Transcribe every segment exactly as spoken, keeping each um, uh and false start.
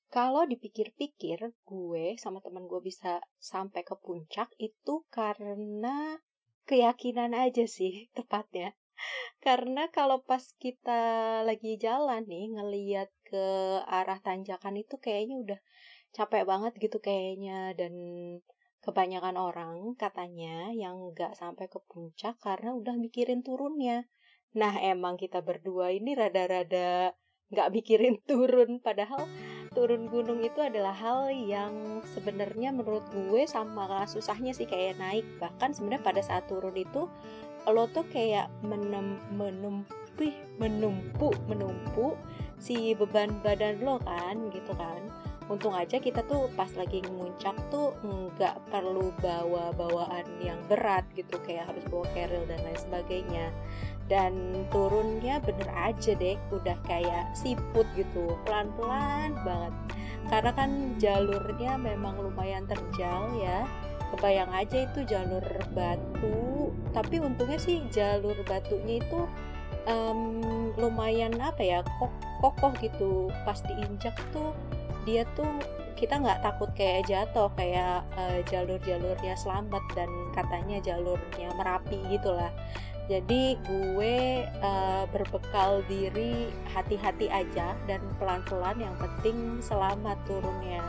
Kalau dipikir-pikir, gue sama temen gue bisa sampai ke puncak itu karena keyakinan aja sih tepatnya. Karena kalau pas kita lagi jalan nih, ngeliat ke arah tanjakan itu kayaknya udah capek banget gitu kayaknya. Dan kebanyakan orang katanya yang nggak sampai ke puncak karena udah mikirin turunnya. Nah, emang kita berdua ini rada-rada nggak mikirin turun, padahal turun gunung itu adalah hal yang sebenarnya menurut gue sama susahnya sih kayak naik. Bahkan sebenarnya pada saat turun itu lo tuh kayak menem, menempih, menumpuk, menumpuk si beban badan lo kan, gitu kan. Untung aja kita tuh pas lagi nguncak tuh nggak perlu bawa bawaan yang berat gitu, kayak harus bawa keril dan lain sebagainya. Dan turunnya bener aja deh, udah kayak siput gitu, pelan-pelan banget. Karena kan jalurnya memang lumayan terjal ya. Kebayang aja itu jalur batu, tapi untungnya sih jalur batunya itu em, lumayan apa ya, kok- kokoh gitu. Pas diinjak tuh dia tuh kita nggak takut kayak jatuh kayak eh, jalur-jalurnya Selamat dan katanya jalurnya Merapi gitulah. Jadi gue eh, berbekal diri hati-hati aja dan pelan-pelan, yang penting selamat turunnya.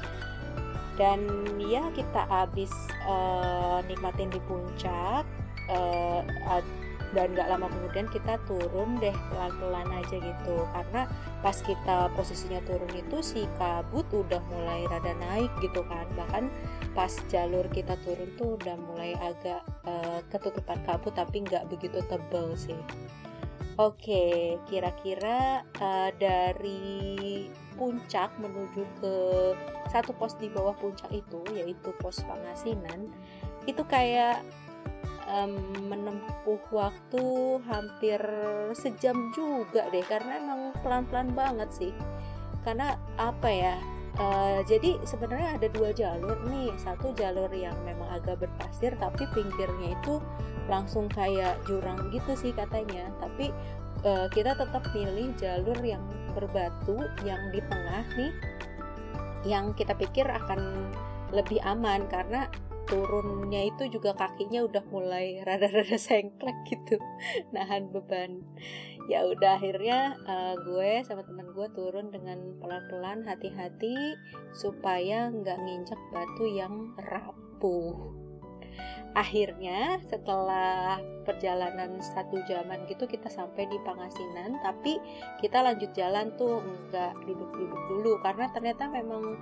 Dan ya kita abis eh, nikmatin di puncak, eh, ad- dan gak lama kemudian kita turun deh pelan-pelan aja gitu. Karena pas kita posisinya turun itu si kabut udah mulai rada naik gitu kan. Bahkan pas jalur kita turun tuh udah mulai agak eh, ketutupan kabut, tapi nggak begitu tebel sih. Oke, kira-kira eh, dari puncak menuju ke satu pos di bawah puncak itu, yaitu pos Pangasinan, itu kayak em, menempuh waktu hampir sejam juga deh, karena emang pelan-pelan banget sih. Karena apa ya, eh, jadi sebenarnya ada dua jalur nih. Satu jalur yang memang agak berpasir, tapi pinggirnya itu langsung kayak jurang gitu sih katanya. Tapi eh, kita tetap pilih jalur yang berbatu, yang di tengah nih, yang kita pikir akan lebih aman karena turunnya itu juga kakinya udah mulai rada-rada sengklek gitu, nahan beban. Ya udah akhirnya uh, gue sama teman gue turun dengan pelan-pelan, hati-hati supaya nggak nginjek batu yang rapuh. Akhirnya setelah perjalanan satu jaman gitu kita sampai di Pangasinan, tapi kita lanjut jalan tuh, nggak duduk-duduk dulu karena ternyata memang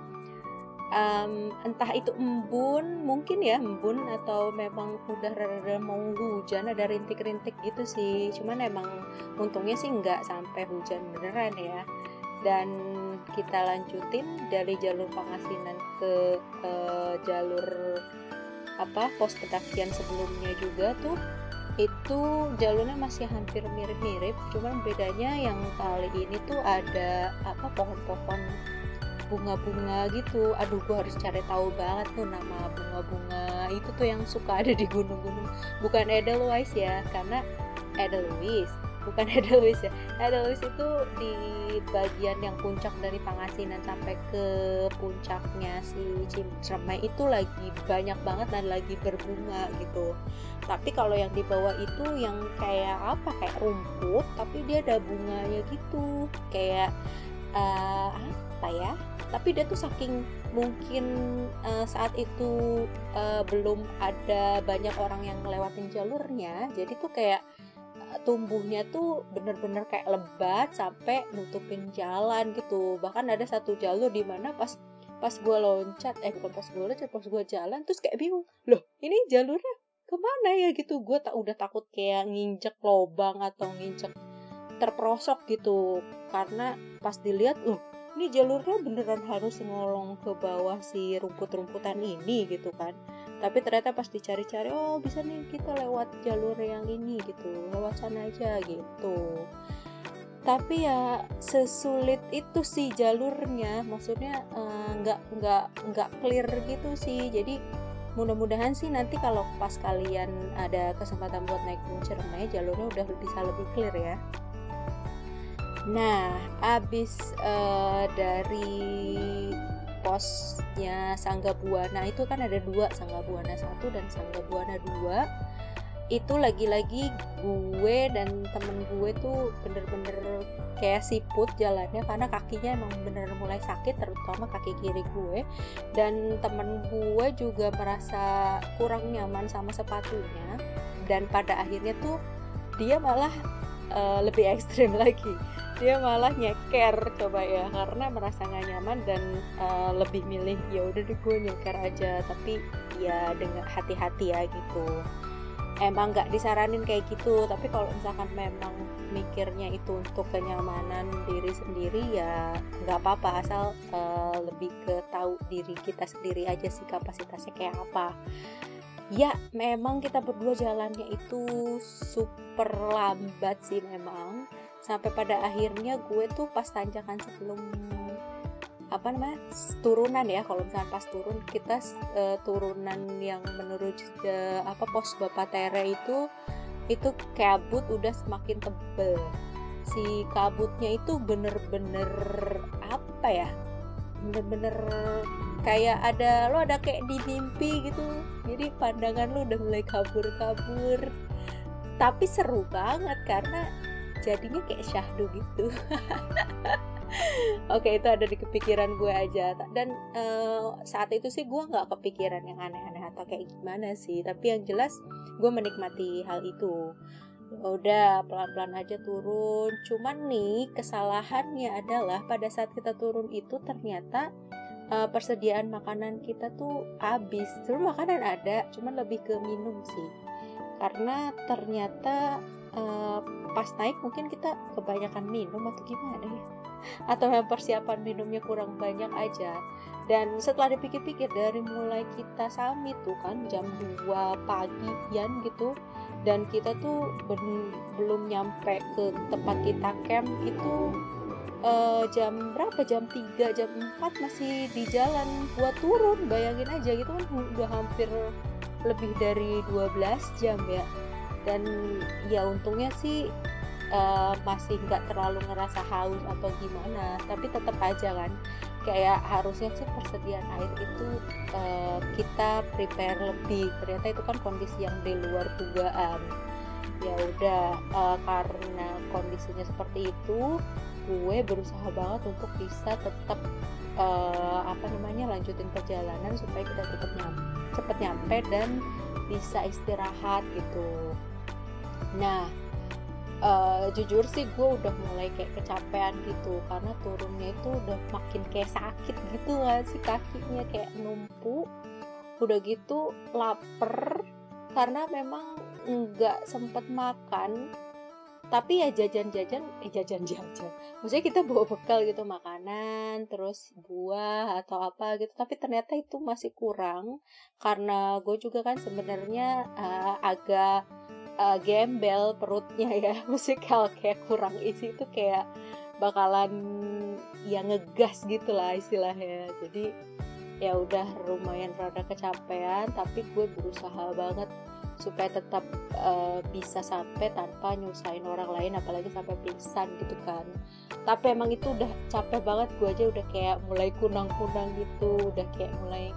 um, entah itu embun mungkin ya, embun atau memang udah rada mau hujan, ada rintik-rintik gitu sih. Cuman emang untungnya sih nggak sampai hujan beneran ya. Dan kita lanjutin dari jalur Pangasinan ke uh, jalur apa pos pendakian sebelumnya juga tuh, itu jalurnya masih hampir mirip-mirip, cuman bedanya yang kali ini tuh ada apa pohon-pohon bunga-bunga gitu. Aduh, gue harus cari tahu banget tuh nama bunga-bunga itu tuh yang suka ada di gunung-gunung. Bukan Edelweiss ya, karena Edelweiss bukan Edelweiss ya. Edelweiss itu di bagian yang puncak dari Pangasinan sampai ke puncaknya si Cimremai itu lagi banyak banget dan lagi berbunga gitu. Tapi kalau yang di bawah itu yang kayak apa, kayak rumput tapi dia ada bunganya gitu, kayak uh, apa ya, tapi dia tuh saking mungkin uh, saat itu uh, belum ada banyak orang yang ngelewatin jalurnya, jadi tuh kayak uh, tumbuhnya tuh bener-bener kayak lebat sampai nutupin jalan gitu. Bahkan ada satu jalur di mana pas pas gue loncat, eh bukan pas gue loncat, pas gue jalan terus kayak bingung, loh ini jalurnya kemana ya gitu. Gue tak udah takut kayak nginjek lobang atau nginjek terperosok gitu, karena pas dilihat, loh ini jalurnya beneran harus ngolong ke bawah si rumput-rumputan ini gitu kan. Tapi ternyata pas dicari-cari, oh bisa nih kita lewat jalur yang ini gitu, lewat sana aja gitu. Tapi ya sesulit itu sih jalurnya, maksudnya eh, nggak uh, nggak nggak clear gitu sih. Jadi mudah-mudahan sih nanti kalau pas kalian ada kesempatan buat naik Gunung Ciremai, jalurnya udah bisa lebih clear ya. Nah, abis uh, dari posnya Sangga Buana itu kan ada dua, Sangga Buana satu dan Sangga Buana dua. Itu lagi-lagi gue dan temen gue tuh bener-bener kayak siput jalannya karena kakinya emang bener mulai sakit, terutama kaki kiri gue. Dan temen gue juga merasa kurang nyaman sama sepatunya, dan pada akhirnya tuh dia malah uh, lebih ekstrim lagi. Dia malah nyeker coba ya, karena merasa nggak nyaman dan uh, lebih milih ya udah deh gue nyeker aja, tapi ya dengan hati-hati ya gitu. Emang nggak disaranin kayak gitu, tapi kalau misalkan memang mikirnya itu untuk kenyamanan diri sendiri ya nggak apa-apa, asal uh, lebih ke tahu diri kita sendiri aja sih kapasitasnya kayak apa. Ya memang kita berdua jalannya itu super lambat sih memang, sampai pada akhirnya gue tuh pas tanjakan sebelum apa namanya turunan ya, kalau misalnya pas turun kita uh, turunan yang menuju uh, apa pos Bapak Tere itu itu kabut udah semakin tebel. Si kabutnya itu bener-bener apa ya, bener-bener kayak ada lo ada kayak di mimpi gitu, jadi pandangan lo udah mulai kabur-kabur, tapi seru banget karena jadinya kayak syahdu gitu. Oke, itu ada di kepikiran gue aja. Dan uh, saat itu sih gue nggak kepikiran yang aneh-aneh atau kayak gimana sih, tapi yang jelas gue menikmati hal itu. Udah pelan-pelan aja turun. Cuman nih kesalahannya adalah pada saat kita turun itu ternyata uh, persediaan makanan kita tuh habis. Terus makanan ada, cuman lebih ke minum sih. Karena ternyata uh, pas naik mungkin kita kebanyakan minum atau gimana ya, atau yang persiapan minumnya kurang banyak aja. Dan setelah dipikir-pikir, dari mulai kita summit tuh kan jam dua pagian gitu, dan kita tuh ben- belum nyampe ke tempat kita camp itu uh, jam berapa, jam tiga, jam empat masih di jalan buat turun. Bayangin aja gitu kan udah hampir lebih dari dua belas jam ya. Dan ya untungnya sih uh, masih nggak terlalu ngerasa haus atau gimana, tapi tetap aja kan kayak harusnya sih persediaan air itu uh, kita prepare lebih. Ternyata itu kan kondisi yang di luar dugaan. Ya udah, uh, karena kondisinya seperti itu, gue berusaha banget untuk bisa tetap uh, apa namanya lanjutin perjalanan supaya kita tetap nyampe, cepet nyampe dan bisa istirahat gitu. Nah, uh, jujur sih gue udah mulai kayak kecapean gitu karena turunnya itu udah makin kayak sakit gitu kan, si kakinya kayak numpuk. Udah gitu lapar karena memang nggak sempet makan, tapi ya jajan-jajan eh jajan-jajan maksudnya kita bawa bekal gitu, makanan terus buah atau apa gitu, tapi ternyata itu masih kurang karena gue juga kan sebenarnya uh, agak uh, gembel perutnya ya. Maksudnya kalau kayak kurang isi itu kayak bakalan ya ngegas gitu lah istilahnya. Jadi ya udah lumayan rada kecapean, tapi gue berusaha banget supaya tetap uh, bisa sampai tanpa nyusahin orang lain, apalagi sampai pingsan gitu kan. Tapi emang itu udah capek banget, gue aja udah kayak mulai kunang-kunang gitu, udah kayak mulai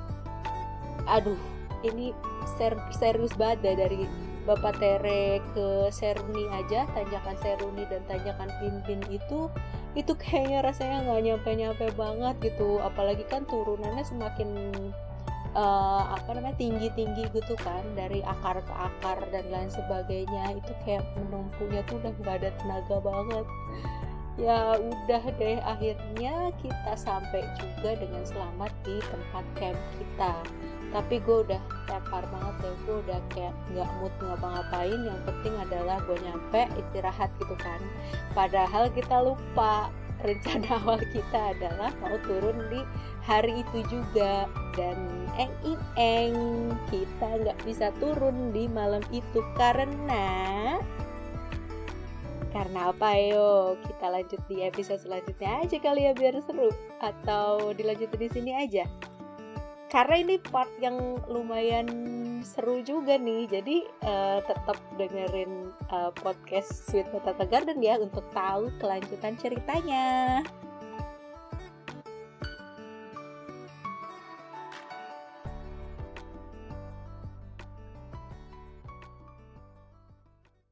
aduh ini ser- serius banget dah. Dari Bapak Tere ke Seruni aja, tanjakan Seruni dan tanjakan Pimpin itu itu kayaknya rasanya nggak nyampe-nyampe banget gitu, apalagi kan turunannya semakin uh, apa namanya tinggi-tinggi gitu kan, dari akar ke akar dan lain sebagainya, itu kayak menumpuknya tuh udah nggak ada tenaga banget. Ya udah deh, akhirnya kita sampai juga dengan selamat di tempat camp kita. Tapi gue udah tepar banget deh, gue udah kayak nggak mood ngapa-ngapain, yang penting adalah gue nyampe istirahat gitu kan. Padahal kita lupa rencana awal kita adalah mau turun di hari itu juga, dan eng ing eng kita nggak bisa turun di malam itu karena karena apa? Yo, kita lanjut di episode selanjutnya aja kali ya biar seru, atau dilanjutin di sini aja. karena ini part yang lumayan seru juga nih, jadi uh, tetap dengerin uh, podcast Sweet Potato Garden ya untuk tahu kelanjutan ceritanya.